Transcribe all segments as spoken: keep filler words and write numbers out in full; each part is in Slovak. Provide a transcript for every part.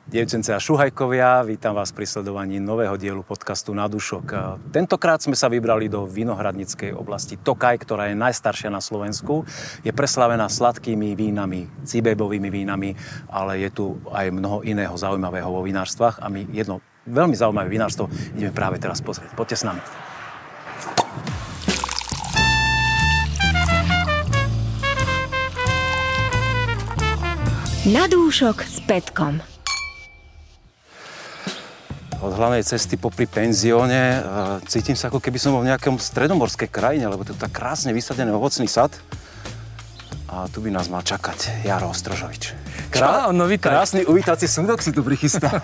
Dievčence a šuhajkovia, vítam vás pri sledovaní nového dielu podcastu Na dušok. Tentokrát sme sa vybrali do vinohradníckej oblasti Tokaj, ktorá je najstaršia na Slovensku. Je preslavená sladkými vínami, cibébovými vínami, ale je tu aj mnoho iného zaujímavého vo vinárstvách a my jedno veľmi zaujímavé vinárstvo ideme práve teraz pozrieť. Poďte s nami. Na dúšok s Petkom. Od hlavnej cesty popri penzióne cítim sa, ako keby som bol v nejakom stredomorskej krajine, lebo to je tak krásne vysadený ovocný sad. A tu by nás mal čakať Jaro Ostrožovič. Krá... No, Krásny uvítací súdok si tu prichystal.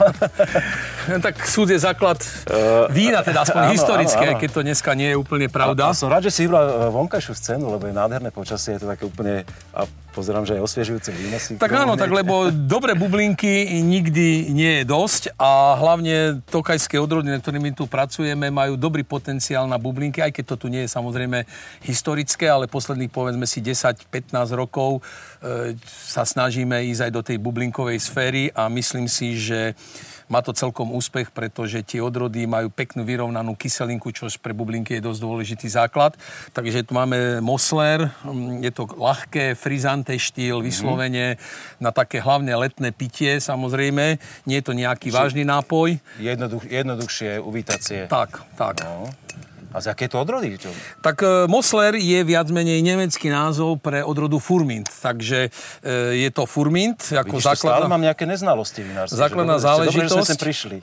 Tak súd je základ uh, vína, teda aspoň áno, historické, áno, áno. Keď to dneska nie je úplne pravda. A, a som rád, že si vybral vonkajšiu scénu, lebo je nádherné počasie, je to také úplne... A pozerám, že aj osviežujúce víno si... Tak áno, tak lebo dobré bublinky nikdy nie je dosť a hlavne tokajské odrody, na ktorými tu pracujeme, majú dobrý potenciál na bublinky, aj keď to tu nie je samozrejme historické, ale posledných povedzme si desať pätnásť rokov e, sa snažíme ísť aj do tej bublinkovej sféry a myslím si, že má to celkom úspech, pretože tie odrody majú peknú vyrovnanú kyselinku, čo pre bublinky je dosť dôležitý základ. Takže tu máme Mosler, je to ľahké, frizante štýl, vyslovene mm-hmm. na také hlavne letné pitie, samozrejme. Nie je to nejaký Či vážny nápoj. Jednoduch, jednoduchšie, uvítacie. Tak, tak. No. A z aké to odrody? Čo? Tak e, Mosler je viac menej nemecký názov pre odrodu Furmint. Takže e, je to Furmint ako Vidíš, základná... Vidíš, mám nejaké neznalosti vinárske. Základná že? záležitosť. Dobre, že sme sem prišli.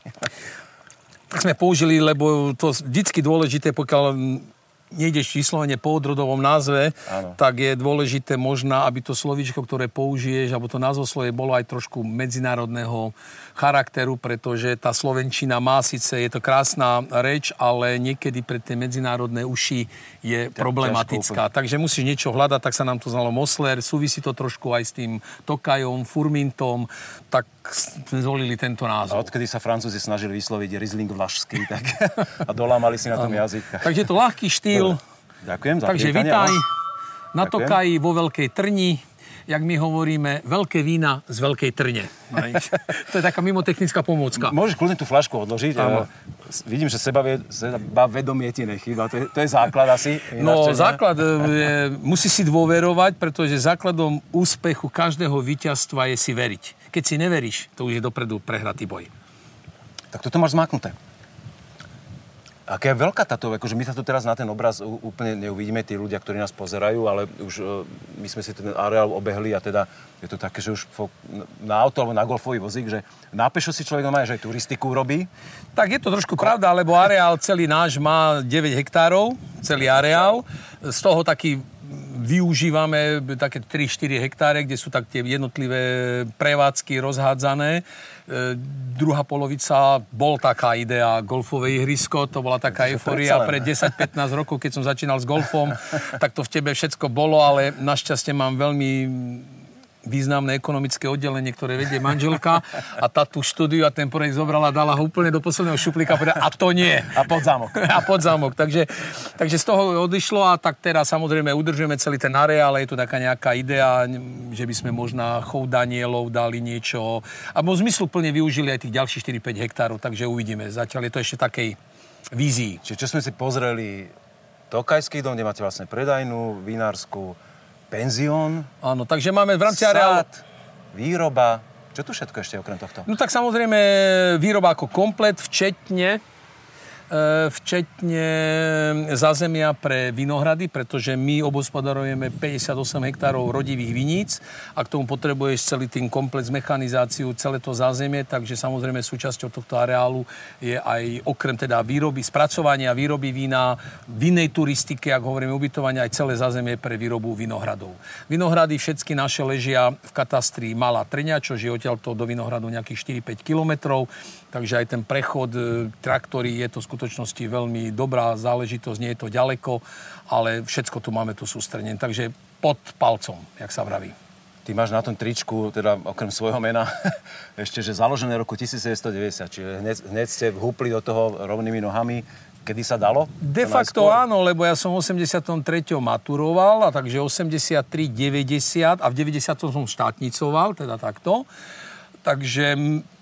Tak sme použili, lebo to vždycky dôležité, pokiaľ nejdeš vyslovene po odrodovom názve, áno. Tak je dôležité možná, aby to slovíčko, ktoré použiješ, alebo to názvoslovie bolo aj trošku medzinárodného charakteru, pretože tá slovenčina má síce, je to krásna reč, ale niekedy pre tie medzinárodné uši je ja, problematická. Takže musíš niečo hľadať, tak sa nám to znalo Mosler, súvisí to trošku aj s tým Tokajom, Furmintom, tak sme zvolili tento názov. A odkedy sa Francúzi snažili vysloviť Riesling vlašský, tak a dolámali si na tom jazyk. Takže je to ľahký štýl. Ďakujem za Takže vítaj na Tokaji vo Veľkej Trni. Jak my hovoríme, veľké vína z Veľkej Trne. To je taká mimotechnická pomôcka. Môžeš kľudne tú fľašku odložiť. Áno. Vidím, že sebavedomie ti nechýba. To je, to je základ asi. No, základ je, musí si dôverovať, pretože základom úspechu každého víťazstva je si veriť. Keď si neveríš, to už je dopredu prehratý boj. Tak toto máš zmáknuté. Aká je veľká táto, akože my sa to teraz na ten obraz úplne neuvidíme, tí ľudia, ktorí nás pozerajú, ale už my sme si ten areál obehli a teda je to také, že už na auto alebo na golfový vozík, že na pešo si človek má, že aj turistiku robí. Tak je to trošku pravda, lebo areál celý náš má deväť hektárov, celý areál, z toho taký využívame také tri štyri hektáre, kde sú tak tie jednotlivé prevádzky rozhádzané. E, druhá polovica bol taká idea golfové ihrisko, to bola taká eufória pred desať pätnásť rokov, keď som začínal s golfom, tak to v tebe všetko bolo, ale našťastie mám veľmi významné ekonomické oddelenie, ktoré vedie manželka a tá tú štúdiu a ten projekt zobrala, dala ho úplne do posledného šuplíka a to nie. A pod zámok. A pod zámok. Takže, takže z toho odišlo a tak teraz samozrejme udržujeme celý ten areál, je tu taká nejaká idea, že by sme možná chov danielov dali niečo a mo zmysluplne využili aj tých ďalších štyri päť hektárov, takže uvidíme. Zatiaľ je to ešte takej vízii. Čiže čo sme si pozreli, Tokajský dom, kde máte vlastne predajnú, vinársku, penzión. Áno, takže máme v rámci areálu... výroba. Čo tu všetko ešte okrem tohto? No tak samozrejme výroba ako komplet, včetne včetne zázemia pre vinohrady, pretože my obospodarujeme päťdesiatosem hektárov rodivých viníc a k tomu potrebuješ celý tým komplex mechanizáciu, celé to zázemie, takže samozrejme súčasťou tohto areálu je aj okrem teda výroby, spracovania, výroby vína, vinnej turistiky, ak hovoríme ubytovania, aj celé zázemie pre výrobu vinohradov. Vinohrady všetky naše ležia v katastri Malá Trňa, čo je odtiaľto do Vinohradu nejakých štyri päť kilometrov, takže aj ten prechod traktory je to v skutočnosti veľmi dobrá záležitosť, nie je to ďaleko, ale všetko tu máme tu sústredené, takže pod palcom, jak sa vraví. Ty máš na tom tričku, teda okrem svojho mena, ešte, že založené roku devätnásťstodeväťdesiat, čiže hneď, hneď ste vhúpli do toho rovnými nohami. Kedy sa dalo? De facto áno, lebo ja som v osemdesiatom treťom maturoval, a takže osemdesiattri deväťdesiat a v deväťdesiatom som štátnicoval, teda takto. Takže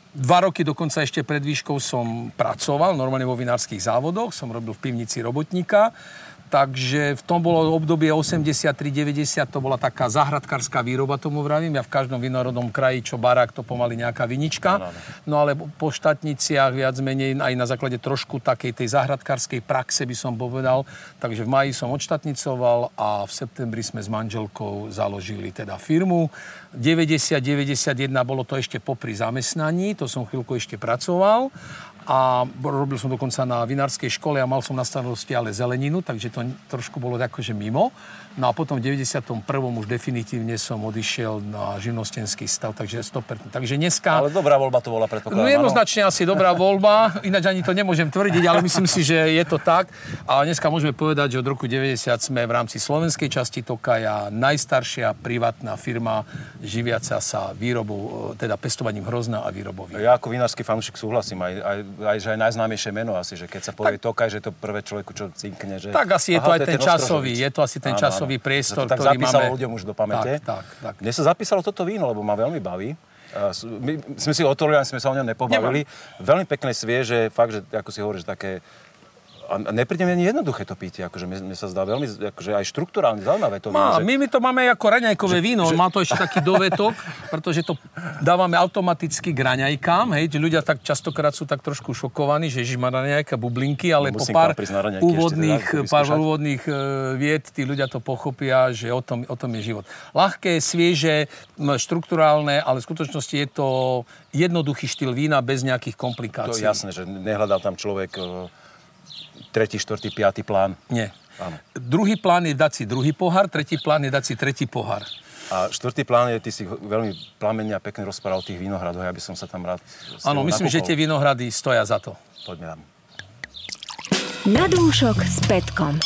Dva roky dokonca ešte pred výškou som pracoval, normálne vo vinárskych závodoch, som robil v pivnici robotníka. Takže v tom bolo obdobie osemdesiattri deväťdesiat, to bola taká záhradkárska výroba, tomu vravím. Ja v každom vinorodnom kraji, čo barák, to pomaly nejaká vinička. No, no. no ale po štátniciach viac menej, aj na základe trošku takej tej záhradkárskej praxe by som povedal. Takže v máji som odštátnicoval a v septembri sme s manželkou založili teda firmu. deväťdesiat deväťdesiatjeden bolo to ešte popri zamestnaní, to som chvíľku ešte pracoval. A robil som dokonca na vinárskej škole a mal som na starosti ale zeleninu, takže to trošku bolo akože mimo. No a potom v deväťdesiatom prvom už definitívne som odišiel na živnostenský stav, takže sto percent. Takže dneska... Ale dobrá voľba to bola, predpokladám. No jednoznačne asi dobrá voľba, ináč ani to nemôžem tvrdiť, ale myslím si, že je to tak. A dneska môžeme povedať, že od roku deväťdesiat sme v rámci slovenskej časti Tokaja najstaršia privátna firma živiaca sa výrobou, teda pestovaním hrozna a výrobou vína. Ja ako vinársky fanúšik súhlasím, aj, aj, aj, že aj najznámejšie meno asi, že keď sa povie tak, Tokaj, že to prvé človeku, čo cinkne, že... Tak asi je to aj ten časový, je to asi ten časový priestor, tak ktorý zapísalo máme... ľuďom už do pamäte. Tak, tak, tak. Mne sa zapísalo toto víno, lebo ma veľmi baví. My sme si otvorili, ani sme sa o ňom nepobavili. Nemám. Veľmi pekné, svieže, fakt, že ako si hovoríš, také... A nepríde mi ani jednoduché to pitie, akože mne, mne sa zdá veľmi, akože aj štruktúrálne zaujímavé to víno. Má, že... My, my to máme ako raňajkové že, víno, že... má to ešte taký dovetok, pretože to dávame automaticky k raňajkám, hej, ľudia tak častokrát sú tak trošku šokovaní, že ježiš, má raňajka bublinky, ale Musím po pár úvodných, teda, pár úvodných uh, vied tí ľudia to pochopia, že o tom, o tom je život. Ľahké, svieže, štruktúrálne, ale v skutočnosti je to jednoduchý štýl vína bez nejakých komplikácií. To je jasné, že nehľadá tam človek... Uh... Tretí, štvrtý, piatý plán. Nie. Áno. Druhý plán je dať si druhý pohár, tretí plán je dať si tretí pohár. A štvrtý plán je, ty si veľmi plamenne a pekne rozprával o tých vinohradoch, ja by som sa tam rád... Áno, myslím, nakúpol. Že tie vinohrady stoja za to. Poďme tam. Na dúšok s Petkom.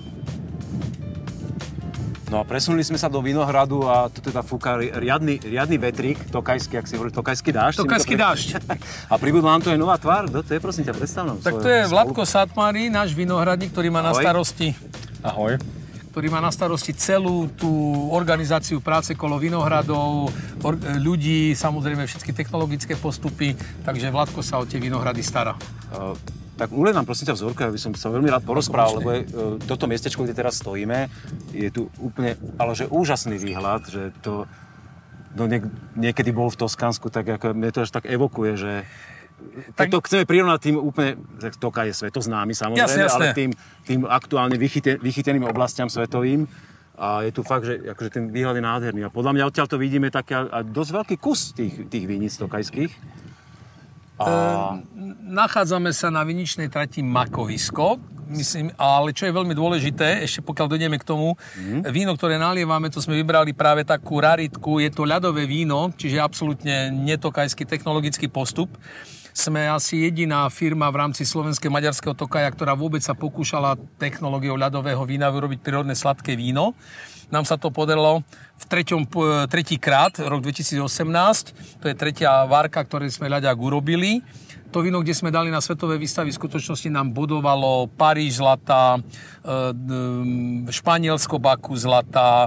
No a presunuli sme sa do Vinohradu a tu teda fúka riadny, riadny vetrík, tokajský, ak si hovorí, tokajský dážď. Tokajský dážď. A pribudla nám tu aj nová tvár. Kto to je, prosím ťa, predstav nám. Tak to je Vladko Satmári, náš vinohradník, ktorý má Ahoj. na starosti... Ahoj. ktorý má na starosti celú tú organizáciu práce kolo vinohradov, or, ľudí, samozrejme všetky technologické postupy, takže Vladko sa o tie vinohrady stará. Uh, Tak uleď nám prosím ťa vzorku, ja by som sa veľmi rád porozprával, lebo je, toto miestečko, kde teraz stojíme, je tu úplne, ale že úžasný výhľad, že to no niek- niekedy bol v Toskánsku, tak ako mne to až tak evokuje, že tak to chceme prirovnať tým úplne, Tokaj je svetoznámy samozrejme, jasne, jasne. ale tým, tým aktuálne vychyte, vychyteným oblastiam svetovým. A je tu fakt, že akože ten výhľad je nádherný. A podľa mňa odtiaľ to vidíme taký a dosť veľký kus tých, tých viníc tokajských. A... E, nachádzame sa na viničnej trati Makovisko, myslím, ale čo je veľmi dôležité, ešte pokiaľ dojdeme k tomu, mm. víno, ktoré nalievame, to sme vybrali práve takú raritku, je to ľadové víno, čiže absolútne netokajský technologický postup. Sme asi jediná firma v rámci slovenské-maďarského Tokaja, ktorá vôbec sa pokúšala technológiou ľadového vína vyrobiť prírodné sladké víno. Nám sa to podarilo v treťom, tretí krát, rok dvetisícosemnásť. To je tretia várka, ktoré sme ľaďak urobili. To víno, kde sme dali na svetové výstavy, v skutočnosti nám bodovalo Paríž zlata, Španielsko Baku zlata,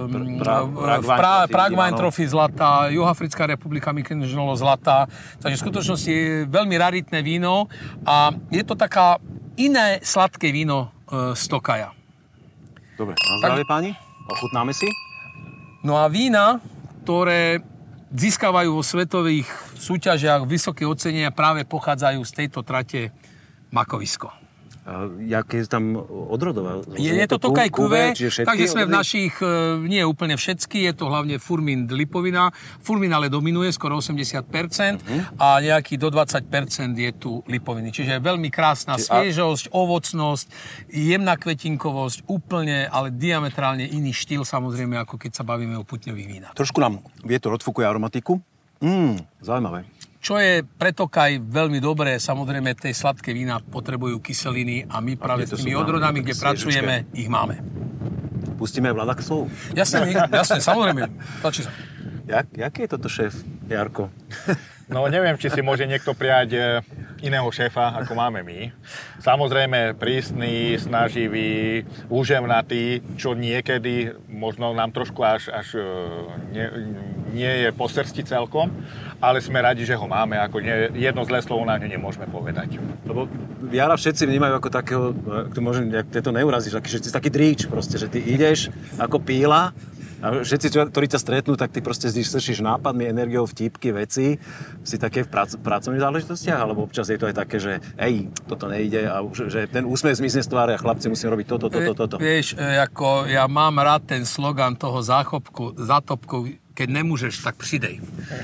Prague Wine Trophy zlata, Juhoafrická republika Michelangelo zlata. Takže v skutočnosti je veľmi raritné víno a je to taká iné sladké víno z Tokaja. Dobre, na zdravie páni, ochutnáme si. No a vína, ktoré získavajú vo svetových súťažiach vysoké ocenenia, práve pochádzajú z tejto trate Makovisko. A jaké je tam odrodové? Je, je to Tokaj Cuvée, takže sme v našich, nie úplne všetky, je to hlavne Furmint Lipovina. Furmint ale dominuje skoro osemdesiat percent uh-huh. a nejaký do dvadsať percent je tu Lipoviny. Čiže veľmi krásna Či, sviežosť, a... ovocnosť, jemná kvetinkovosť, úplne, ale diametrálne iný štýl, samozrejme, ako keď sa bavíme o putňových vínach. Trošku nám vietor odfúkuje aromatiku. Mmm, zaujímavé. Čo je pre Tokaj veľmi dobré, samozrejme, tie sladké vína potrebujú kyseliny a my práve s tými odrodami, kde pracujeme, ich máme. Pustíme Vlada k slovu. Jasne, jasne, samozrejme. Páči sa. Jak, jaký je toto šéf, Jarko? No neviem, či si môže niekto prijať iného šéfa, ako máme my. Samozrejme prísny, snaživý, úžemnatý, čo niekedy možno nám trošku až, až ne, nie je po srsti celkom, ale sme radi, že ho máme. Ako nie, jedno zlé slovo na ňu nemôžeme povedať. Lebo jara všetci vnímajú ako takého, to môžem, jak to neurazíš, aký, že si taký dríč proste, že ty ideš ako píla a všetci, ktorí ťa stretnú, tak ty proste strčíš nápadmi, energiou, vtipky, veci, si také v prac, pracovných záležitostiach, alebo občas je to aj také, že ej, toto nejde a že, že ten úsmev zmizne z tváre a chlapci musím robiť toto, toto, toto. Vieš, ako ja mám rád ten slogan toho záchopku, zátopku, keď nemôžeš, tak přidej.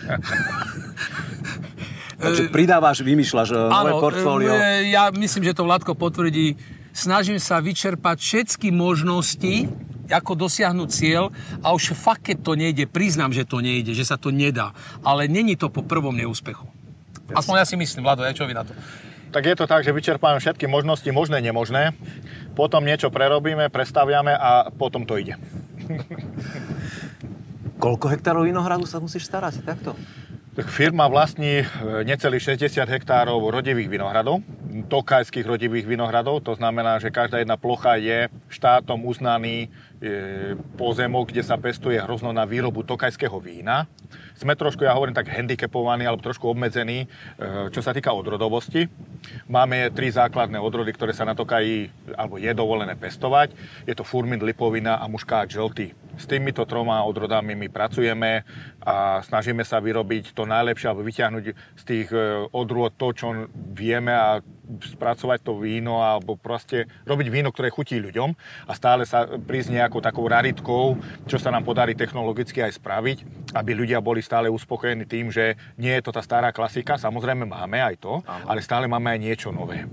Takže pridávaš, vymýšľaš nové portfólio. Ja myslím, že to Vladko potvrdí. Snažím sa vyčerpať všetky možnosti, ako dosiahnuť cieľ a už fakt, keď to nejde, priznám, že to nejde, že sa to nedá. Ale není to po prvom neúspechu. Jasne. Aspoň ja si myslím, Vlado, ja čo vy na to? Tak je to tak, že vyčerpáme všetky možnosti, možné, nemožné. Potom niečo prerobíme, prestaviame a potom to ide. Koľko hektárov vinohradu sa musíš starať takto? Firma vlastní necelých šesťdesiat hektárov rodivých vinohradov, tokajských rodivých vinohradov. To znamená, že každá jedna plocha je štátom uznaný pozemok, kde sa pestuje hrozno na výrobu tokajského vína. Sme trošku, ja hovorím tak, handicapovaní alebo trošku obmedzení, čo sa týka odrodovosti. Máme tri základné odrody, ktoré sa na Tokaji, alebo je dovolené pestovať. Je to furmint, lipovina a muškát žltý. S týmito troma odrodami my pracujeme a snažíme sa vyrobiť to najlepšie alebo vyťahnuť z tých odrôd to, čo vieme a spracovať to víno alebo proste robiť víno, ktoré chutí ľuďom a stále sa prísť nejakou takou raritkou, čo sa nám podarí technologicky aj spraviť, aby ľudia boli stále uspokojení tým, že nie je to tá stará klasika, samozrejme máme aj to, ale stále máme aj niečo nové.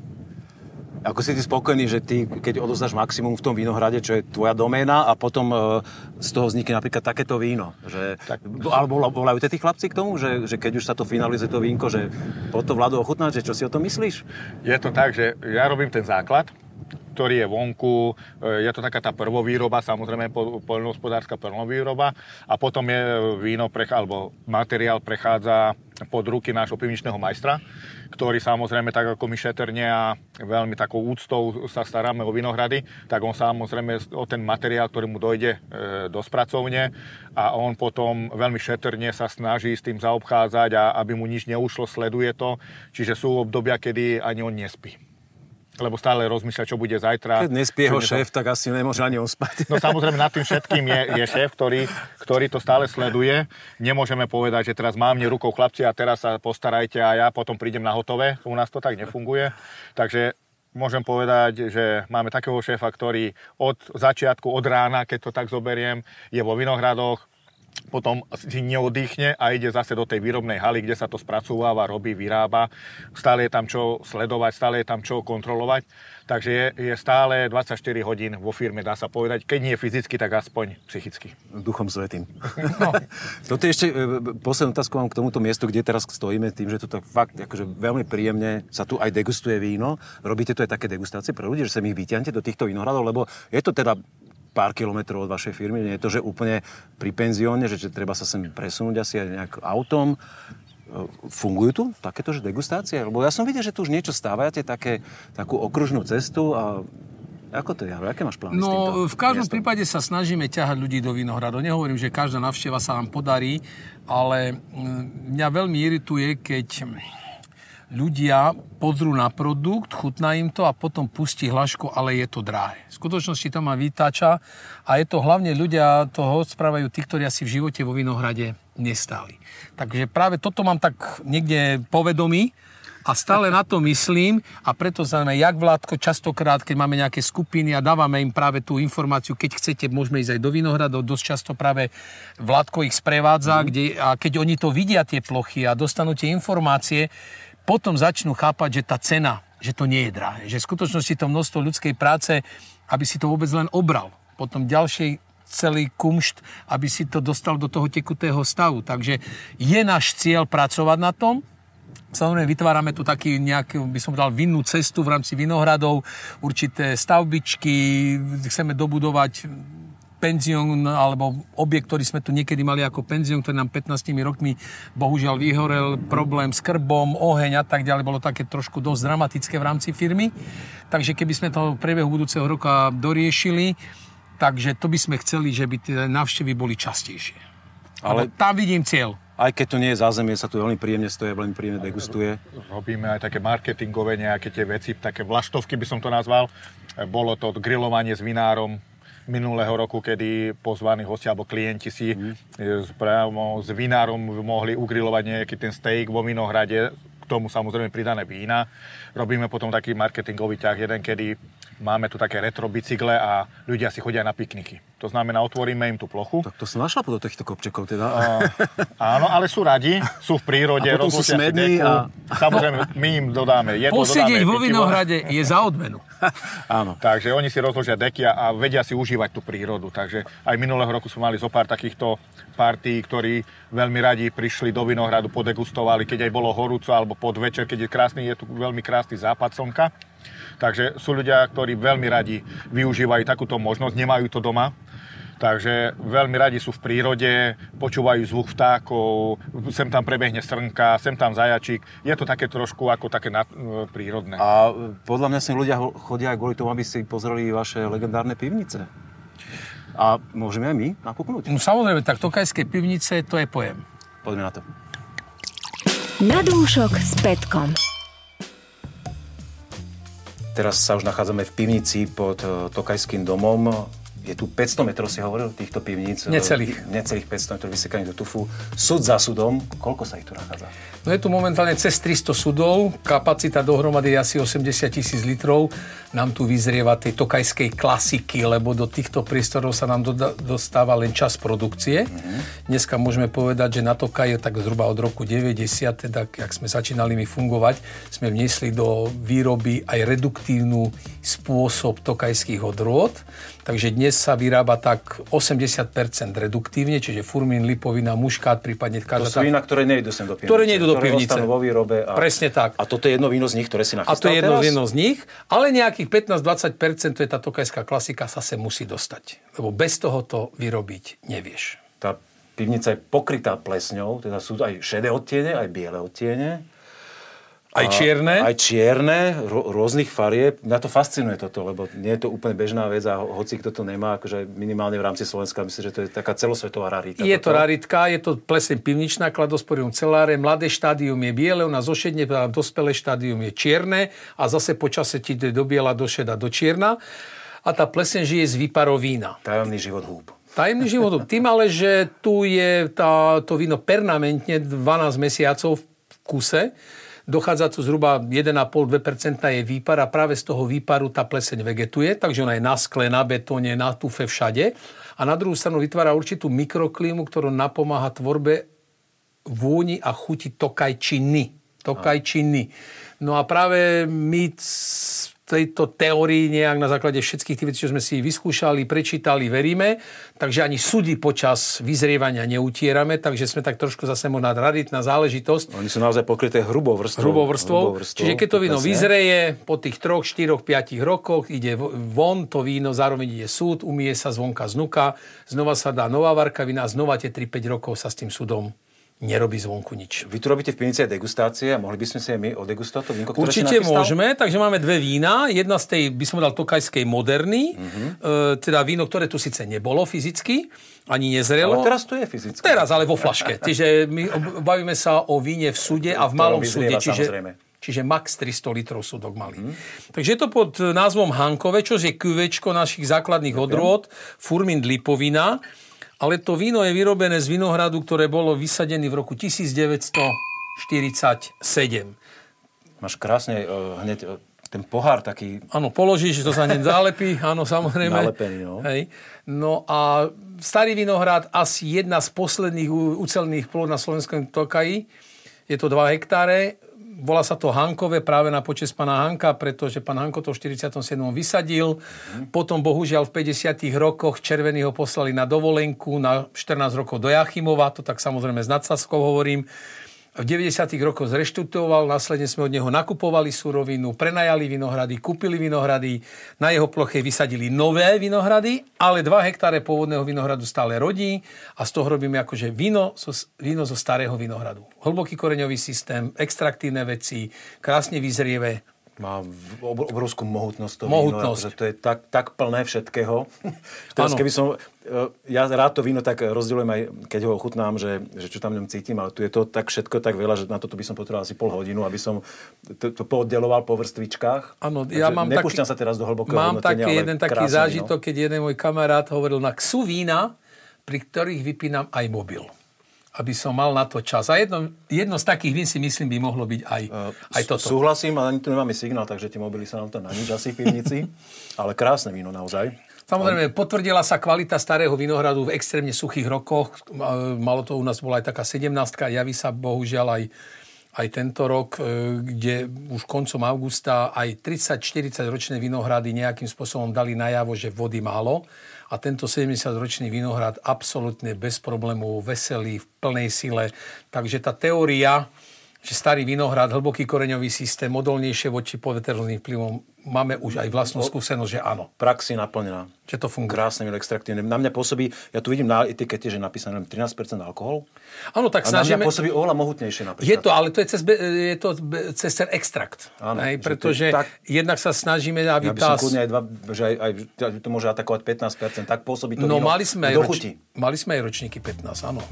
Ako si ty spokojný, že ty, keď odozdáš maximum v tom vínohrade, čo je tvoja doména a potom e, z toho vznikne napríklad takéto víno? Že, tak, alebo volajú tí chlapci k tomu, že, že keď už sa to finalizuje to vínko, že po to Vlado ochutnáš, že čo si o tom myslíš? Je to tak, že ja robím ten základ, ktorý je vonku, je to taká tá prvovýroba, samozrejme poľnohospodárska prvovýroba a potom je víno, alebo materiál prechádza pod ruky nášho pivničného majstra, ktorý samozrejme tak ako my šetrne a veľmi takou úctou sa staráme o vinohrady, tak on samozrejme o ten materiál, ktorý mu dojde do spracovne a on potom veľmi šetrne sa snaží s tým zaobchádzať a aby mu nič neušlo, sleduje to, čiže sú obdobia, kedy ani on nespí. Lebo stále rozmýšľa, čo bude zajtra. Keď nespí jeho šéf, to... tak asi nemôže ani on spať. No samozrejme, nad tým všetkým je, je šéf, ktorý, ktorý to stále sleduje. Nemôžeme povedať, že teraz mám mne rukou chlapci a teraz sa postarajte a ja potom prídem na hotové. U nás to tak nefunguje. Takže môžem povedať, že máme takého šéfa, ktorý od začiatku, od rána, keď to tak zoberiem, je vo vinohradoch, potom si neoddychne a ide zase do tej výrobnej haly, kde sa to spracováva, robí, vyrába. Stále je tam čo sledovať, stále je tam čo kontrolovať. Takže je, je stále dvadsaťštyri hodín vo firme, dá sa povedať. Keď nie fyzicky, tak aspoň psychicky. Duchom svätým. No. Toto je ešte poslednú otázku vám k tomuto miestu, kde teraz stojíme, tým, že to tak fakt akože veľmi príjemne sa tu aj degustuje víno. Robíte tu aj také degustácie pre ľudí, že sa ich vyťahnete do týchto vinohradov, lebo je to teda pár kilometrov od vašej firmy, nie je to, že úplne pri penzióne, že, že treba sa sem presunúť asi aj nejak autom. Fungujú tu takéto že degustácie? Lebo ja som videl, že tu už niečo stávate, také, takú okružnú cestu a ako to je? Aké máš plány no, s týmto? V každom miestom? prípade sa snažíme ťahať ľudí do vinohradov. Nehovorím, že každá návšteva sa nám podarí, ale mňa veľmi irituje, keď ľudia pozrú na produkt, chutná im to a potom pustí hlášku, ale je to drahé. V skutočnosti to ma vytáča a je to hlavne ľudia toho správajú tí, ktorí asi v živote vo vinohrade nestáli. Takže práve toto mám tak niekde povedomí a stále na to myslím a preto znamená, jak Vládko, častokrát, keď máme nejaké skupiny a dávame im práve tú informáciu, keď chcete, môžeme ísť aj do vinohradov, dosť často práve Vládko ich sprevádza, mm. kde, a keď oni to vidia, tie plochy a dostanú tie informácie, potom začnú chápať, že tá cena, že to nie je drahé. Že v skutočnosti to množstvo ľudskej práce, aby si to vôbec len obral. Potom ďalšej celý kumšt, aby si to dostal do toho tekutého stavu. Takže je náš cieľ pracovať na tom. Samozrejme, vytvárame tu taký nejaký, by som dal, vinnú cestu v rámci vinohradov, určité stavbičky, chceme dobudovať penzión, alebo objekt, ktorý sme tu niekedy mali ako penzión, ktorý nám pätnástimi rokmi bohužiaľ vyhorel, problém s krbom, oheň a tak ďalej, bolo také trošku dosť dramatické v rámci firmy. Takže keby sme to v priebehu budúceho roka doriešili, takže to by sme chceli, že by tie návštevy boli častejšie. Ale tam vidím cieľ. Aj keď to nie je zázemie, sa tu veľmi príjemne stojí, veľmi príjemne degustuje. Robíme aj také marketingové nejaké tie veci, také vlaštovky by som to nazval. Bolo to grilovanie s vinárom minulého roku, kedy pozvaní hostia alebo klienti si mm. priamo s vinárom mohli ugrilovať nejaký ten steak vo Vinohrade, k tomu samozrejme pridané vína. Robíme potom taký marketingový ťah, jeden, kedy máme tu také retro bicykle a ľudia si chodia na pikniky. To znamená, otvoríme im tú plochu. Tak to som našla do týchto kopčekov teda. Uh, áno, ale sú radi, sú v prírode, a potom sú smední a... Samozrejme, my im dodáme jedlo, Posiedeť dodáme vo Vinohrade je za odmenu. Áno. Takže oni si rozložia deky a, a vedia si užívať tú prírodu. Takže aj minulého roku sme mali zo pár takýchto partí, ktorí veľmi radi prišli do Vinohradu, podegustovali, keď aj bolo horúco, alebo podvečer, keď je krásny, je tu veľmi krásny západ slnka. Takže sú ľudia, ktorí veľmi radi využívajú takúto možnosť, nemajú to doma. Takže veľmi radi sú v prírode, počúvajú zvuk vtákov, sem tam prebehne srnka, sem tam zajačík. Je to také trošku ako také nad, prírodné. A podľa mňa sem ľudia chodia aj kvôli tomu, aby si pozreli vaše legendárne pivnice. A môžeme aj my nakúpnúť? No samozrejme, tak tokajské pivnice, to je pojem. Poďme na to. Na dúšok s Petkom. Teraz sa už nachádzame v pivnici pod Tokajským domom. Je tu päťsto metrov, si hovoril, týchto pivníc. Necelých. Necelých päťsto metrov vysekaných do tufu. Súd za súdom. Koľko sa ich tu nachádza? No je tu momentálne cez tristo sudov, kapacita dohromady je asi osemdesiat tisíc litrov. Nám tu vyzrieva tej tokajskej klasiky, lebo do týchto priestorov sa nám doda- dostáva len čas produkcie. Mm-hmm. Dneska môžeme povedať, že na Tokaj tak zhruba od roku deväťdesiat, teda ak sme začínali my fungovať, sme vniesli do výroby aj reduktívnu spôsob tokajských odrôd. Takže dnes sa vyrába tak osemdesiat percent reduktívne, čiže furmín, lipovina, muškát, prípadne každá... To sú vína, ktoré nejdu sem do pivnice. Ktoré nejdu do pivnice. Ktoré ostanú vo výrobe. A... Presne tak. A toto je jedno víno z nich, ktoré si nachystal teraz? A to je jedno teraz? víno z nich, ale nejakých pätnásť až dvadsať percent, to je tá tokajská klasika, sa sem musí dostať. Lebo bez toho to vyrobiť nevieš. Tá pivnica je pokrytá plesňou, teda sú aj šedé odtiene, aj biele odtiene. Aj čierne? Aj čierne, ro- rôznych farieb. Mňa to fascinuje toto, lebo nie je to úplne bežná vec a ho- hoci kto to nemá, akože minimálne v rámci Slovenska, myslím, že to je taká celosvetová rarita. Je toto. to raritka, je to pleseň pivničná, Cladosporium celare, mladé štádium je biele, u nás zošedne, dospelé štádium je čierne a zase počase ti do biela, do šeda, do čierna. A tá pleseň žije z výparov vína. Tajomný život húb. Tajemný život. Tým ale, že tu je tá, to víno permanentne dvanásť mesiacov v kuse, dochádza tu zhruba jeden a pol až dva percentá je výpar a práve z toho výparu tá pleseň vegetuje, takže ona je na skle, na betóne, na tufe, všade. A na druhú stranu vytvára určitú mikroklímu, ktorá napomáha tvorbe vôni a chuti tokajčiny. Tokajčiny. No a práve my tejto teórii nejak na základe všetkých tých vecí, čo sme si vyskúšali, prečítali, veríme. Takže ani súdy počas vyzrievania neutierame, takže sme tak trošku zase možná raritná záležitosť. Oni sú naozaj pokryté hrubou vrstvou. Hrubou vrstvou. Čiže keď to víno vyzreje, po tých troch, štyroch, piatich rokoch ide von, to víno, zároveň ide súd, umie sa zvonka znuka, znova sa dá nová varkavina a znova tie tri päť rokov sa s tým súdom nerobí zvonku nič. Vy tu robíte v pivnici aj degustácie a mohli by sme si aj my odegustovať to vínko, ktoré Určite môžeme, takže máme dve vína. Jedna z tej, by som dal tokajskej moderny, mm-hmm. e, teda víno, ktoré tu síce nebolo fyzicky, ani nezrelo. Ale teraz to je fyzicky. Teraz, ale vo flaške. Čiže my bavíme sa o víne v súde a v malom súde. Čiže, čiže max tristo litrov súdok malý. Mm. Takže je to pod názvom Hankové, čo je kuvečko našich základných okay. odrôd, Furmint lipovina. Ale to víno je vyrobené z vinohradu, ktoré bolo vysadené v roku devätnásťstoštyridsaťsedem. Máš krásne uh, hneď uh, ten pohár taký... Áno, položíš, to sa hneď zalepí, áno, samozrejme. Nalepený, no. Hej. No a starý vinohrad, asi jedna z posledných ucelených plôd na slovenskom Tokaji. Je to dva hektáre. Volá sa to Hankové práve na počesť pána Hanka, pretože pán Hanko to v štyridsiatom siedmom vysadil. Mm. Potom bohužiaľ v päťdesiatych rokoch červení ho poslali na dovolenku na štrnásť rokov do Jachimova, to tak samozrejme s nadsázkou hovorím. V deväťdesiatych rokoch zreštituoval, následne sme od neho nakupovali surovinu, prenajali vinohrady, kúpili vinohrady, na jeho ploche vysadili nové vinohrady, ale dva hektáre pôvodného vinohradu stále rodí a z toho robíme akože víno zo, víno zo starého vinohradu. Hlboký koreňový systém, extraktívne veci, krásne vyzrieve. Má obrovskú mohutnosť to Mohutnosť. víno, že to je tak, tak plné všetkého. Teraz keby som, ja rád to víno tak rozdielujem aj, keď ho ochutnám, že, že čo tam v ňom cítim, ale tu je to tak všetko tak veľa, že na toto by som potreboval asi pol hodinu, aby som to, to pooddeloval po vrstvičkách. Áno, ja mám nepúšťam taký, sa teraz do hlbokého mám hodnotenia, taký ale jeden taký krásne zážitok, víno. keď jeden môj kamarát hovoril na ksu vína, pri ktorých vypínam aj mobil. Aby som mal na to čas. A jedno, jedno z takých vín si myslím by mohlo byť aj, uh, aj toto. Súhlasím, ale ani tu nemáme signál, takže tie mobily sa nám to na nič asi v pivnici. Ale krásne víno naozaj. Samozrejme, potvrdila sa kvalita starého vinohradu v extrémne suchých rokoch. Malo to u nás, bola aj taká sedemnástka. Javí sa bohužiaľ aj, aj tento rok, kde už koncom augusta aj tridsať štyridsať ročné vinohrady nejakým spôsobom dali najavo, že vody málo. A tento sedemdesiatročný vinohrad absolútne bez problémov, veselý, v plnej sile. Takže tá teória, že starý vinohrad, hlboký koreňový systém, odolnejšie voči poveterným vplyvom, máme už aj vlastnú skúsenosť, že áno. Praxi naplnená. Že to funguje. Krásne víno, extraktívne. Na mňa pôsobí, ja tu vidím na etikete, že napísané trinásť percent alkohol. Áno, tak a snažíme... na mňa pôsobí oveľa mohutnejšie napríklad. Je to, ale to je cez, je to cez ten extrakt. Áno, Hej, že pretože tak, jednak sa snažíme, aby ja by tá... som kľudne aj dva, že aj, aj, to môže atakovať pätnásť percent, tak pôsobí to no, víno mali sme, aj do roč... chuti. mali sme aj ročníky pätnásť, áno.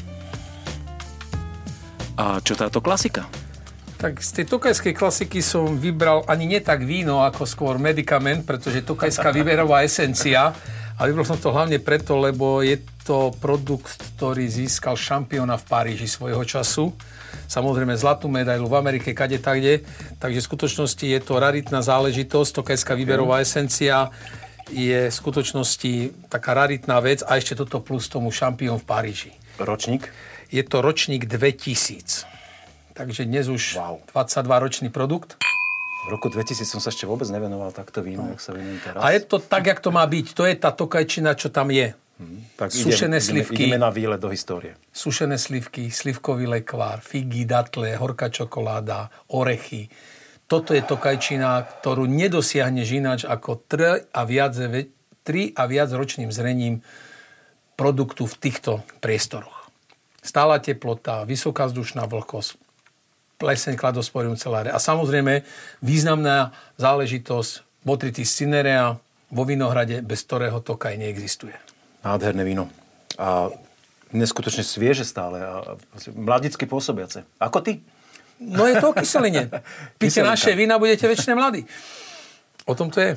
A čo táto klasika? Tak z tej tokajskej klasiky som vybral ani nie tak víno, ako skôr medikament, pretože tokajská výberová esencia. A vybral som to hlavne preto, lebo je to produkt, ktorý získal šampióna v Paríži svojho času. Samozrejme zlatú medailu v Amerike, kade takde. Takže v skutočnosti je to raritná záležitosť. Tokajská výberová esencia je v skutočnosti taká raritná vec. A ešte toto plus tomu šampión v Paríži. Ročník? Je to ročník dvetisíc. Takže dnes už wow. dvadsaťdvaročný produkt. V roku dvetisíc som sa ešte vôbec nevenoval takto vínu, no. Jak sa venujem teraz. A je to tak, jak to má byť. To je tá tokajčina, čo tam je. Hmm. Tak Sušené ideme, slivky. Ideme na výlet do histórie. Sušené slivky, slivkový lekvár, figy, datle, horká čokoláda, orechy. Toto je tokajčina, ktorú nedosiahneš ináč ako tri a viac, tri a viac ročným zrením produktu v týchto priestoroch. Stála teplota, vysoká vzdušná vlhkosť, pleseň, kladosporium, celáre. A samozrejme významná záležitosť Botrytis cinerea vo vinohrade, bez ktorého tokaj neexistuje. Nádherné víno. A neskutočne svieže stále a mladicky pôsobiace. Ako ty? No je to o kyseline. Píte naše vína, budete väčšine mladí. O tom to je.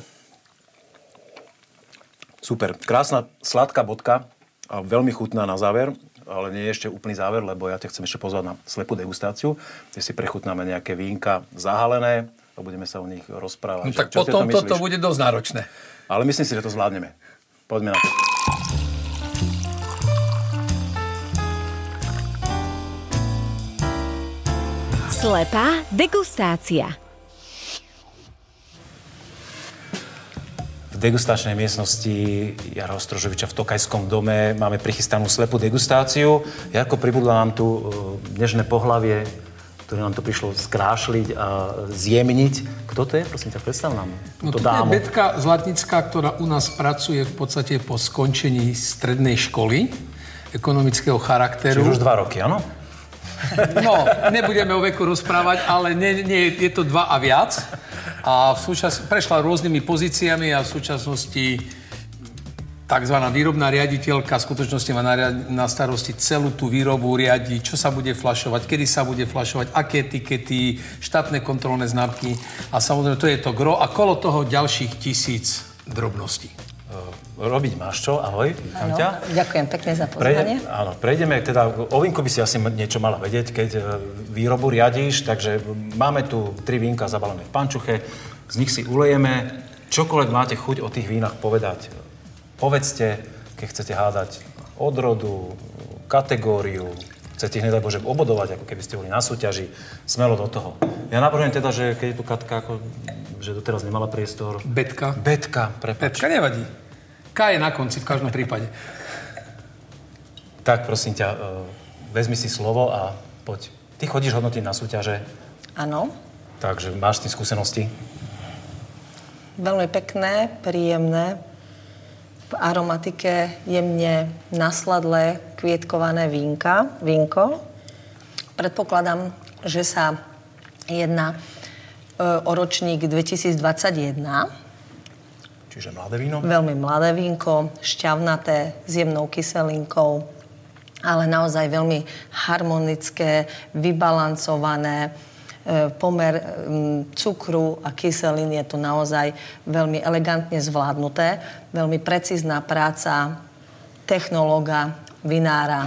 Super. Krásna sladká bodka a veľmi chutná na záver. Ale nie je ešte úplný záver, lebo ja ťa chcem ešte pozvať na slepú degustáciu, kde si prechutnáme nejaké vínka zahalené a budeme sa o nich rozprávať. No, tak čo potom to toto bude dosť náročné. Ale myslím si, že to zvládneme. Poďme na to. Slepá degustácia. V degustačnej miestnosti Jara Ostrožoviča v Tokajskom dome máme prichystanú slepú degustáciu. Jarko, pribudlo nám tu nežné pohlavie, ktoré nám to prišlo skrášliť a zjemniť. Kto to je? Prosím ťa, predstav nám. No to je Betka Zlatnická, ktorá u nás pracuje v podstate po skončení strednej školy ekonomického charakteru. Čiže už dva roky, áno? No, nebudeme o veku rozprávať, ale nie, nie, je to dva a viac. A v súčas... prešla rôznymi pozíciami a v súčasnosti takzvaná výrobná riaditeľka v skutočnosti má na, na starosti celú tú výrobu, riadi, čo sa bude flašovať, kedy sa bude flašovať, aké etikety, štátne kontrolné známky. A samozrejme, to je to gro. A kolo toho ďalších tisíc drobností. Robiť máš čo? Ahoj, vítam ťa. Ďakujem pekne za pozvanie. Prejde, áno, prejdeme, teda o vínku by si asi niečo mala vedieť, keď výrobu riadíš, takže máme tu tri vínka zabalené v pančuche, z nich si ulejeme. Čokoľvek máte chuť o tých vínach povedať, povedzte, keď chcete hádať odrodu, kategóriu, chcete ich, nedaj Bože, obodovať, ako keby ste boli na súťaži, smelo do toho. Ja navrhujem teda, že keď je tu Katka, ako, že doteraz nemala priestor. Betka. Betka, prepáč. Betka nevadí. K je na konci v každom prípade. Tak, prosím ťa, vezmi si slovo a poď. Ty chodíš hodnotiť na súťaže. Áno. Takže máš ty skúsenosti? Veľmi pekné, príjemné. V aromatike jemne nasladlé, kvietkované vínka, vínko. Predpokladám, že sa jedná o ročník dvetisícdvadsaťjeden. Čiže mladé víno? Veľmi mladé vínko, šťavnaté, s jemnou kyselinkou, ale naozaj veľmi harmonické, vybalancované. Pomer cukru a kyselín je tu naozaj veľmi elegantne zvládnuté. Veľmi precízna práca technológa, vinára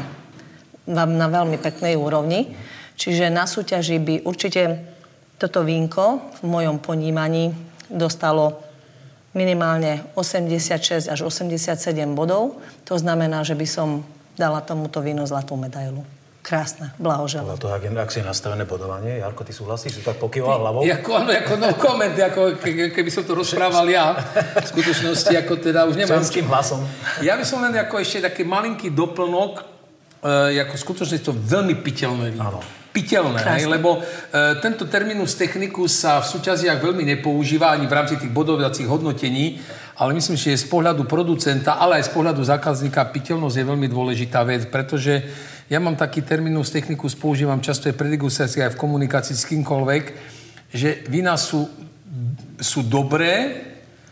na veľmi peknej úrovni. Čiže na súťaži by určite toto vínko v mojom ponímaní dostalo minimálne osemdesiatšesť až osemdesiatsedem bodov. To znamená, že by som dala tomuto vínu zlatú medailu. Krásne, blahoželám. To, ak, ak si je nastavené bodovanie, Jarko, ty súhlasíš? Si tak pokýval hlavou? Ako, ako no comment, ako ke, keby som to rozprával ja. V skutočnosti, ako teda už nemám... Ženským hlasom. Ja by som len ako ešte taký malinký doplnok, e, ako v skutočnosti to veľmi piteľné víno. Áno. Piteľné, hej, lebo e, tento terminus technicus sa v súťaziach veľmi nepoužíva ani v rámci tých bodovacích hodnotení, ale myslím, že z pohľadu producenta, ale aj z pohľadu zákazníka piteľnosť je veľmi dôležitá vec, pretože ja mám taký terminus technicus, používam často aj pri degustácii, aj v komunikácii s kýmkoľvek, že vína sú, sú dobré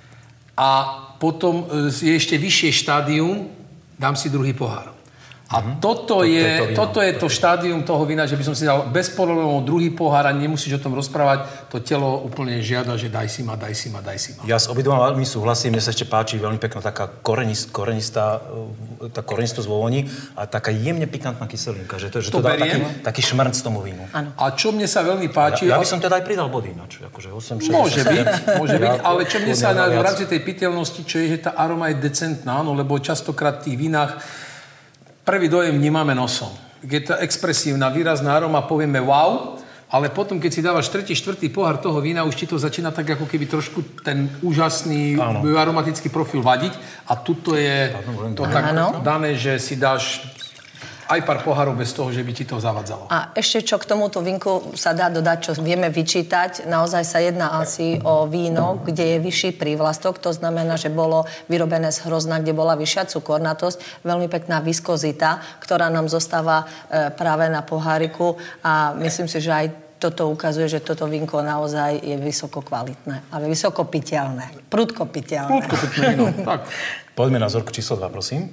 a potom je ešte vyššie štádium, dám si druhý pohár. A mm-hmm. toto, to, je, to, je to, toto je to štádium toho vína, že by som si dal bez problémov druhý pohár a nemusíš o tom rozprávať. To telo úplne žiada, že daj si ma, daj si ma, daj si ma. Ja s obidvoma veľmi súhlasím. Mne sa ešte páči veľmi pekná taká korenist, korenistá, tá korenistosť vo voni a taká jemne pikantná kyselinka. Že to, že to, to dá taký, taký šmrnc tomu vínu. Ano. A čo mne sa veľmi páči... Ja, ja by som teda aj pridal body ináč. Akože osem, šesť, môže sedem, byť, môže byť, ale čo mne sa na, v viac. rámci tej piteľnosti, čo je, že tá aroma je decentná, no, lebo častokrát v tých vínach prvý dojem vnímame nosom. Je to expresívna, výrazná aroma, povieme wow, ale potom, keď si dávaš tretí, štvrtý pohár toho vína, už ti to začína tak ako keby trošku ten úžasný áno. aromatický profil vadiť. A tuto je to tak áno. dané, že si dáš aj pár pohárov bez toho, že by ti to zavadzalo. A ešte čo k tomuto vínku sa dá dodať, čo vieme vyčítať, naozaj sa jedná asi o víno, kde je vyšší prívlastok, to znamená, že bolo vyrobené z hrozna, kde bola vyššia cukornatosť, veľmi pekná viskozita, ktorá nám zostáva e, práve na poháriku a myslím si, že aj toto ukazuje, že toto vínko naozaj je vysoko kvalitné a vysoko piteľné. Prudko piteľné. Prudko piteľné, no. Tak. Poďme na vzorku číslo dva, prosím.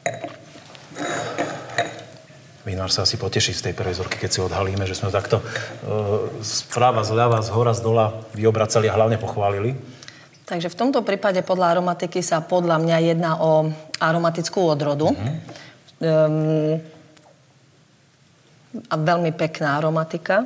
Vinár sa asi poteší z tej prvej vzorky, keď si odhalíme, že sme to takto uh, správa, zľava, zhora, zdola vyobracali a hlavne pochválili. Takže v tomto prípade podľa aromatiky sa podľa mňa jedná o aromatickú odrodu. Mm-hmm. Um, a veľmi pekná aromatika.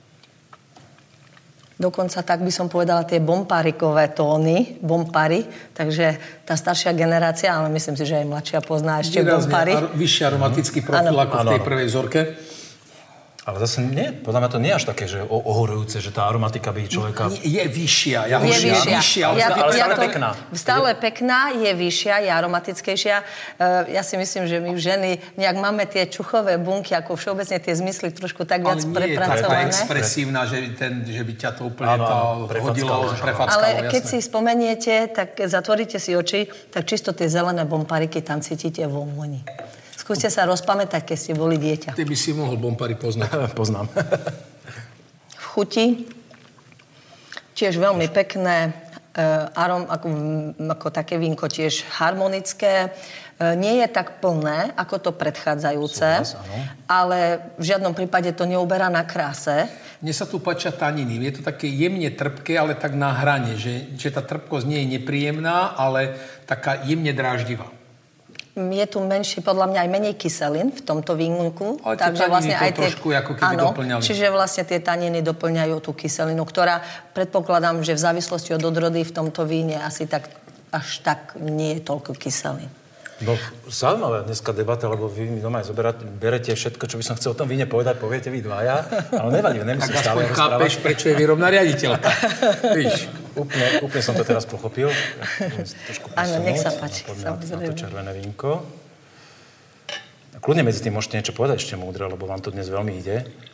Dokonca tak by som povedala tie bomparikové tóny, bompary, takže tá staršia generácia, ale myslím si, že aj mladšia pozná ešte bompary. Ar- vyšší aromatický profil ano. Ako v tej prvej vzorke. Ale zase nie, podľa mňa to nie je až také, že ohorujúce, že tá aromatika by človeka... Je vyššia. Ja je vyššia. vyššia ale, ja, ale stále ja to, pekná. Stále pekná, je vyššia, je aromatickejšia. Ja si myslím, že my ženy nejak máme tie čuchové bunky, ako všeobecne tie zmysly trošku tak viac prepracované. Ale nie je taká expresívna, že, ten, že by ťa to úplne áno, to hodilo, prefackalo. Ale jasné. keď si spomeniete, tak zatvoríte si oči, tak čisto tie zelené bompariky tam cítite vo voni. Skúste sa rozpamätať, keď ste boli dieťa. Ty by si mohol bompary poznať. Poznám. V chuti tiež veľmi pekné, e, arom, ako, ako také vínko tiež harmonické. E, nie je tak plné, ako to predchádzajúce, Súhlas, ale v žiadnom prípade to neuberá na kráse. Mne sa tu páčia taniny. Je to také jemne trpké, ale tak na hrane, že, že tá trpkosť nie je nepríjemná, ale taká jemne dráždivá. Je tu menší, podľa mňa aj menej kyselín v tomto vínku. Ale tie taniny to aj tie, trošku ako keby áno, doplňali. Čiže vlastne tie taniny doplňajú tú kyselinu, ktorá predpokladám, že v závislosti od odrody v tomto víne asi tak až tak nie je toľko kyselín. No, zaujímavé dneska debata, lebo vy mi doma aj zoberate, berete všetko, čo by som chcel o tom víne povedať, poviete vy dvaja, ale nevadí, nemusím stále rozprávať. Tak aspoň chápeš, prečo je výrobná riaditeľka. Víš, úplne, úplne som to teraz pochopil. Áno, nech sa páči. Poďme na to červené vínko. A kľudne medzi tým môžete niečo povedať ešte múdre, lebo vám to dnes veľmi ide.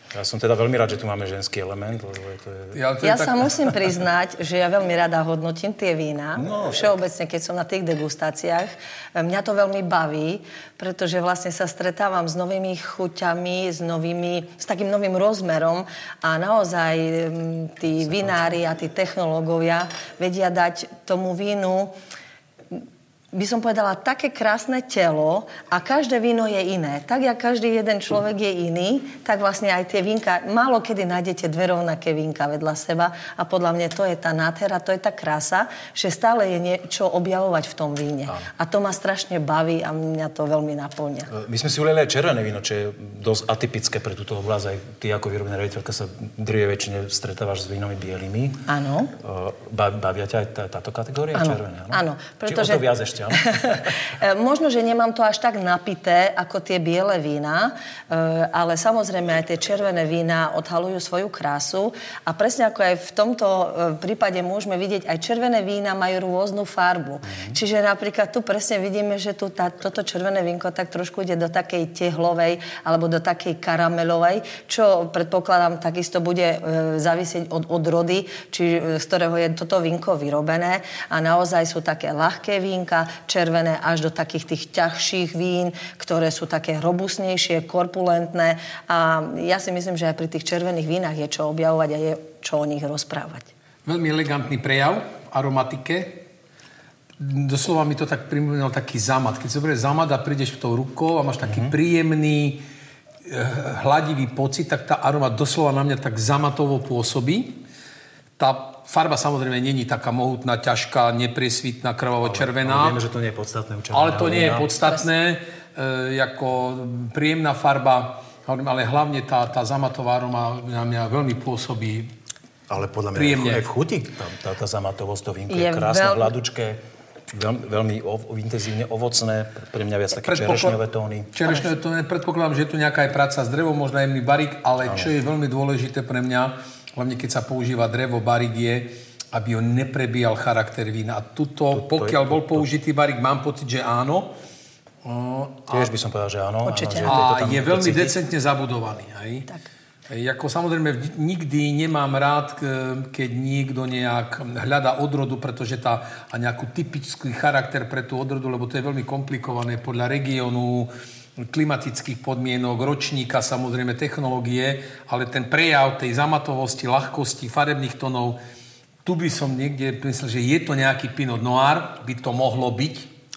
Ja som teda veľmi rád, že tu máme ženský element, lebo je to... Je... Ja, to ja tak... sa musím priznať, že ja veľmi rada hodnotím tie vína. No, všeobecne, keď som na tých degustáciách. Mňa to veľmi baví, pretože vlastne sa stretávam s novými chuťami, s novými, s takým novým rozmerom a naozaj tí vinári a tí technológovia vedia dať tomu vínu, by som povedala, také krásne telo a každé víno je iné. Tak, jak každý jeden človek je iný, tak vlastne aj tie vínka, málo kedy nájdete dve rovnaké vínka vedľa seba a podľa mňa to je tá nádhera, to je tá krása, že stále je niečo objavovať v tom víne. Áno. A to ma strašne baví a mňa to veľmi naplňa. My sme si uliali aj červené víno, čo je dosť atypické pre túto oblasť. Aj ty ako výrobná riaditeľka sa drvie väčšine stretávaš s vínami bielými. Áno. Bavia ťa aj tá, táto kategória áno. červené? Áno. Pretože... Či o to viac ešte? Možno, že nemám to až tak napité ako tie biele vína, ale samozrejme aj tie červené vína odhalujú svoju krásu a presne ako aj v tomto prípade môžeme vidieť, aj červené vína majú rôznu farbu. Mm. Čiže napríklad tu presne vidíme, že tu tá, toto červené vínko tak trošku ide do takej tehlovej alebo do takej karamelovej, čo predpokladám takisto bude závisieť od odrody, či z ktorého je toto vínko vyrobené a naozaj sú také ľahké vínka, červené až do takých tých ťažších vín, ktoré sú také robustnejšie, korpulentné a ja si myslím, že aj pri tých červených vínach je čo objavovať a je čo o nich rozprávať. Veľmi elegantný prejav v aromatike. Doslova mi to tak pripomínal taký zamat. Keď si zoberieš zamat a prídeš v tou rukou a máš taký mm-hmm. príjemný, hladivý pocit, tak tá aroma doslova na mňa tak zamatovo pôsobí. Tá farba samozrejme není taká mohutná, ťažká, nepriesvitná, krvavo-červená. Ale, ale vieme, že to nie je podstatné. Ale to nie je podstatné. E, ako príjemná farba, ale hlavne tá, tá zamatová aroma na mňa veľmi pôsobí ale podľa mňa príjemne. Aj v chuti tá, tá, tá zamatovosť, to vínko je, je krásne, veľ... hladučké, veľmi, veľmi ov, intenzívne ovocné, pre mňa viac také Predpokl... čerešňové tóny. Čerešňové tóny, predpokladám, že je tu nejaká aj práca s drevom, možno jemný barík, ale ano. Čo je veľmi dôležité pre mňa, hlavne keď sa používa drevo, barík je, aby ho neprebíjal charakter vína. A tuto, to, pokiaľ to, to, bol použitý barík, mám pocit, že áno. Tiež by som povedal, že áno. Určite. Áno, že a je, je veľmi decentne zabudovaný. Hej? Tak. Jako samozrejme nikdy nemám rád, keď niekto nejak hľadá odrodu, pretože tá a nejakú typický charakter pre tú odrodu, lebo to je veľmi komplikované podľa regiónu, klimatických podmienok, ročníka, samozrejme technológie, ale ten prejav tej zamatovosti, ľahkosti, farebných tónov, tu by som niekde myslel, že je to nejaký Pinot Noir, by to mohlo byť,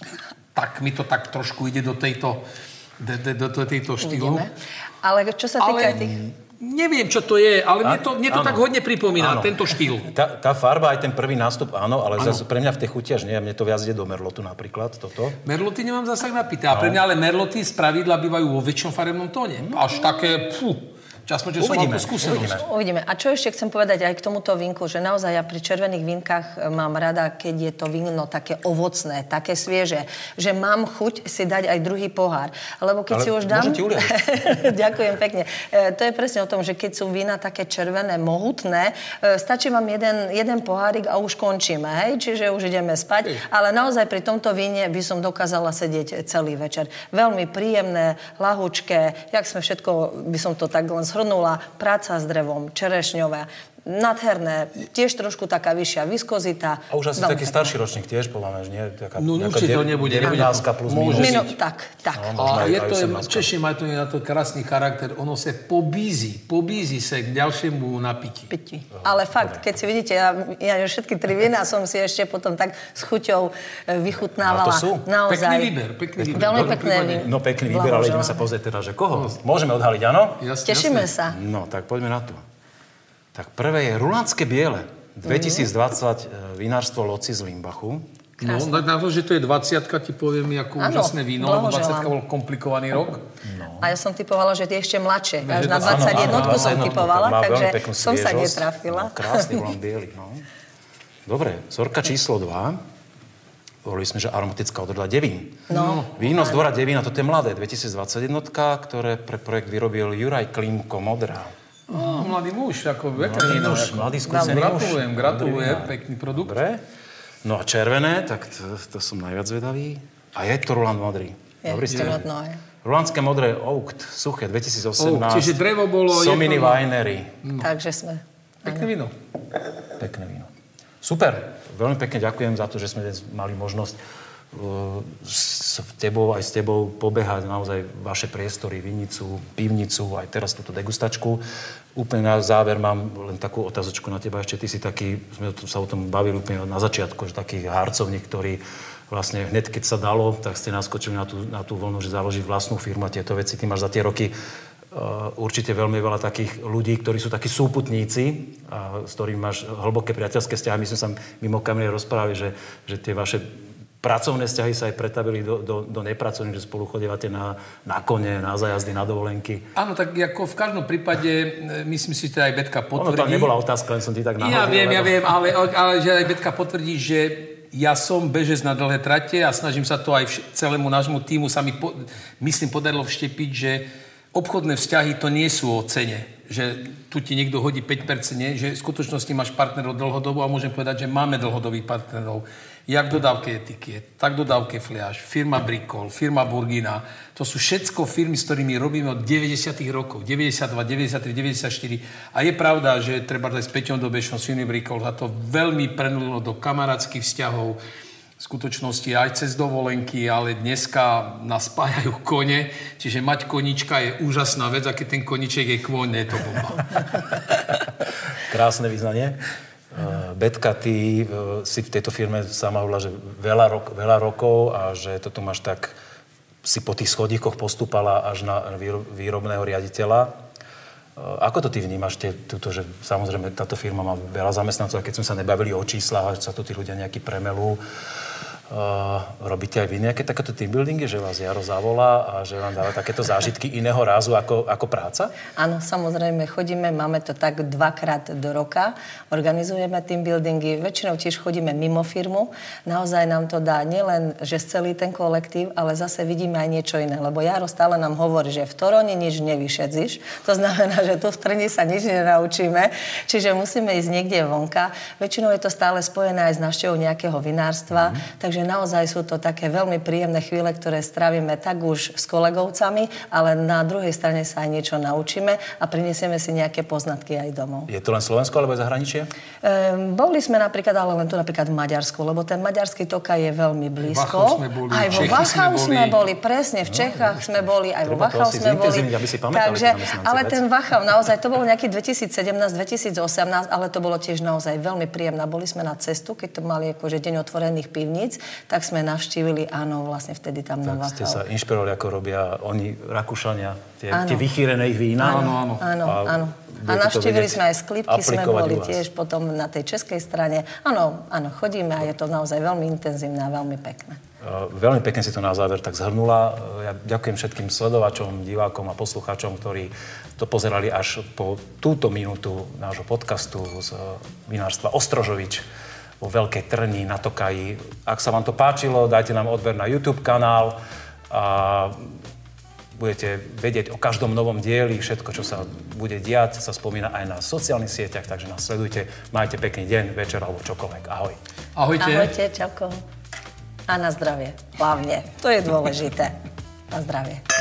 tak mi to tak trošku ide do tejto, do, do, do tejto štýlu. Uvidíme. Ale čo sa týka ale... tých... Neviem, čo to je, ale mne to, mne to tak hodne pripomína, áno. Tento štýl. Tá, tá farba, aj ten prvý nástup, áno, ale zase pre mňa v tej chuti až nie. Mne to viac ide do merlotu napríklad, toto. Merloty nemám zase tak napité. A pre mňa ale merloty z pravidla bývajú vo väčšom farebnom tóne. Až také, fú. Časmo, že som mal tú skúsenosť. Uvidíme. A čo ešte chcem povedať aj k tomuto vínku, že naozaj ja pri červených vínkach mám rada, keď je to víno také ovocné, také svieže, že mám chuť si dať aj druhý pohár. Lebo keď ale si už dám... môžete uliať. Ďakujem pekne. E, to je presne o tom, že keď sú vína také červené, mohutné, e, stačí vám jeden, jeden pohárik a už končíme, hej? Čiže už ideme spať. Ej. Ale naozaj pri tomto víne by som dokázala sedieť celý večer. Veľmi príjemné, ľahučké, jak sme všetko, by som to tak len zhrnula, práca s drevom, čerešňové, nádherné, tiež trošku taká vyššia viskozita. A už asi taký starší ročník tiež, podľa mňa, že nie? Taká, no určite to nebude. devätnásť plus minus. Minu, tak, tak. No, a je to, Češi majú to na to krásny charakter, ono sa pobízi, pobízi sa k ďalšiemu napití. Pití. Ale fakt, keď si vidíte, ja, ja všetky tri vína som si ešte potom tak s chuťou vychutnávala. A to sú? Naozaj. Pekný výber, pekný výber. Veľmi pekný výber. No pekný výber, ale ideme sa pozrieť teda, že koho? Môžeme odhaliť, áno? Jasne, tešíme jasne. sa. No, tak poďme na to. Tak prvé je Rulánske biele. dvetisícdvadsať mm. vinárstvo Loci z Limbachu. Krásne. No, na to, že to je dvadsiatka, ti poviem, ako ano, úžasné víno, lebo dvadsiatka bol komplikovaný rok. No. A ja som typovala, že je ešte mladšie. Až na dvadsaťjeden som typovala, takže som sa netrafila. No, krásny Rulán biely, no. Dobre, vzorka číslo dva. Hovorili sme, že aromatická odroda Devín. No. Víno z dvora Devín, a toto je mladé, dvetisícdvadsaťjeden, ktoré pre projekt vyrobil Juraj Klimko Modrá. Oh, mladý muž, ako veterný muž. Mladý skúsený muž. Gratulujem, gratulujem, pekný produkt. Dobre. No a červené, tak to, to som najviac zvedavý. A je to Roland Modrý. Dobrý ste. Rulandské modré Oukt, suché, dvetisícosemnásť. Oukt, čiže drevo bolo... Sominy Winery. No. Takže sme... Pekné víno. Pekné víno. Super. Veľmi pekne ďakujem za to, že sme dnes mali možnosť uh, s tebou, aj s tebou pobehať naozaj vaše priestory, vinicu, pivnicu, aj teraz túto degustačku. Úplne na záver mám len takú otázočku na teba. Ešte ty si taký, sme sa o tom bavili úplne na začiatku, že taký harcovník, ktorý vlastne hneď, keď sa dalo, tak ste naskočili na tú, na tú vlnu, že založiť vlastnú firmu a tieto veci. Ty máš za tie roky uh, určite veľmi veľa takých ľudí, ktorí sú takí súputníci, a s ktorými máš hlboké priateľské vzťahy. My sme sa mimo kamery rozprávali, že, že tie vaše pracovné vzťahy sa aj pretavili do, do, do nepracovných, že spolu chodívate na, na kone, na zajazdy, na dovolenky. Áno, tak ako v každom prípade, myslím si, že aj Betka potvrdí. Ono tam nebola otázka, len som ti tak nahodil. Ja viem, lebo... ja viem, ale, ale že aj Betka potvrdí, že ja som bežec na dlhé trate a snažím sa to aj vš- celému nášmu tímu sa mi, po, myslím, podarilo vštepiť, že obchodné vzťahy to nie sú o cene. Že tu ti niekto hodí päť percent, nie? Že v skutočnosti máš partnerov dlhodobo a môžem povedať, že máme dlhodobých partnerov. Jak dodávke etikiet, tak dodávke fliaš, firma Bricol, firma Burgina. To sú všetko firmy, s ktorými robíme od deväťdesiatych rokov. deväťdesiatdva, deväťdesiattri, deväťdesiatštyri. A je pravda, že treba aj s Peťom Dobešom s firmy Bricol a to veľmi prenulo do kamarátskych vzťahov. V skutočnosti aj cez dovolenky, ale dneska nás spájajú kone, čiže mať konička je úžasná vec a keď ten koniček je kôň, je to bomba. Krásne vyznanie. Uh, Betka, ty uh, si v tejto firme sama hovorila, že veľa, rok, veľa rokov a že toto máš tak, si po tých schodíkoch postúpala až na výrob, výrobného riaditeľa. Uh, ako to ty vnímaš, tie, túto, že samozrejme táto firma má veľa zamestnancov a keď sme sa nebavili o číslach, že sa tu tí ľudia nejaký premelú, Uh, robíte aj vy nejaké takéto team buildingy, že vás Jaro zavolá a že vám dáva takéto zážitky iného rázu ako, ako práca? Áno, samozrejme, chodíme, máme to tak dvakrát do roka, organizujeme team buildingy, väčšinou tiež chodíme mimo firmu, naozaj nám to dá nielen, že celý ten kolektív, ale zase vidíme aj niečo iné, lebo Jaro stále nám hovorí, že v Toroni nič nevyšedzíš, to znamená, že tu v Trni sa nič nenaučíme, čiže musíme ísť niekde vonka, väčšinou je to stále spojené aj s návštevou nejakého vinárstva, mm. takže naozaj sú to také veľmi príjemné chvíle, ktoré strávime tak už s kolegovcami, ale na druhej strane sa aj niečo naučíme a prinesieme si nejaké poznatky aj domov. Je to len Slovensko alebo aj zahraničie? Ehm, boli sme napríklad, ale len tu napríklad v Maďarsku, lebo ten maďarský Tokaj je veľmi blízko. Sme boli, aj vo Wachau sme boli, presne, v Čechách no, sme boli, aj vo Wachau sme boli. Takže, ale ten Wachau, naozaj, to bolo nejaký dvetisícsedemnásť dvetisícosemnásť, ale to bolo tiež naozaj veľmi príjemné. Boli sme na cestu, keď to mali akože deň otvorených pivníc, tak sme navštívili, áno, vlastne vtedy tam na Wachau. Tak ste sa inšpirovali, ako robia oni, Rakúšania, tie, tie vychýrené ich vína. Áno, áno, áno. A, áno. a navštívili sme aj Sklípky, sme boli tiež potom na tej českej strane. Áno, áno, chodíme a je to naozaj veľmi intenzívne a veľmi pekné. Uh, veľmi pekne si to na záver tak zhrnula. Uh, ja ďakujem všetkým sledovačom, divákom a poslucháčom, ktorí to pozerali až po túto minútu nášho podcastu z uh, vinárstva Ostrožovič vo Veľkej Trni na Tokaji. Ak sa vám to páčilo, dajte nám odber na YouTube kanál a budete vedieť o každom novom dieli. Všetko, čo sa bude diať, sa spomína aj na sociálnych sieťach, takže nás sledujte. Majte pekný deň, večer alebo čokoľvek. Ahoj. Ahojte. Ahojte, čauko. A na zdravie. Hlavne. To je dôležité. Na zdravie.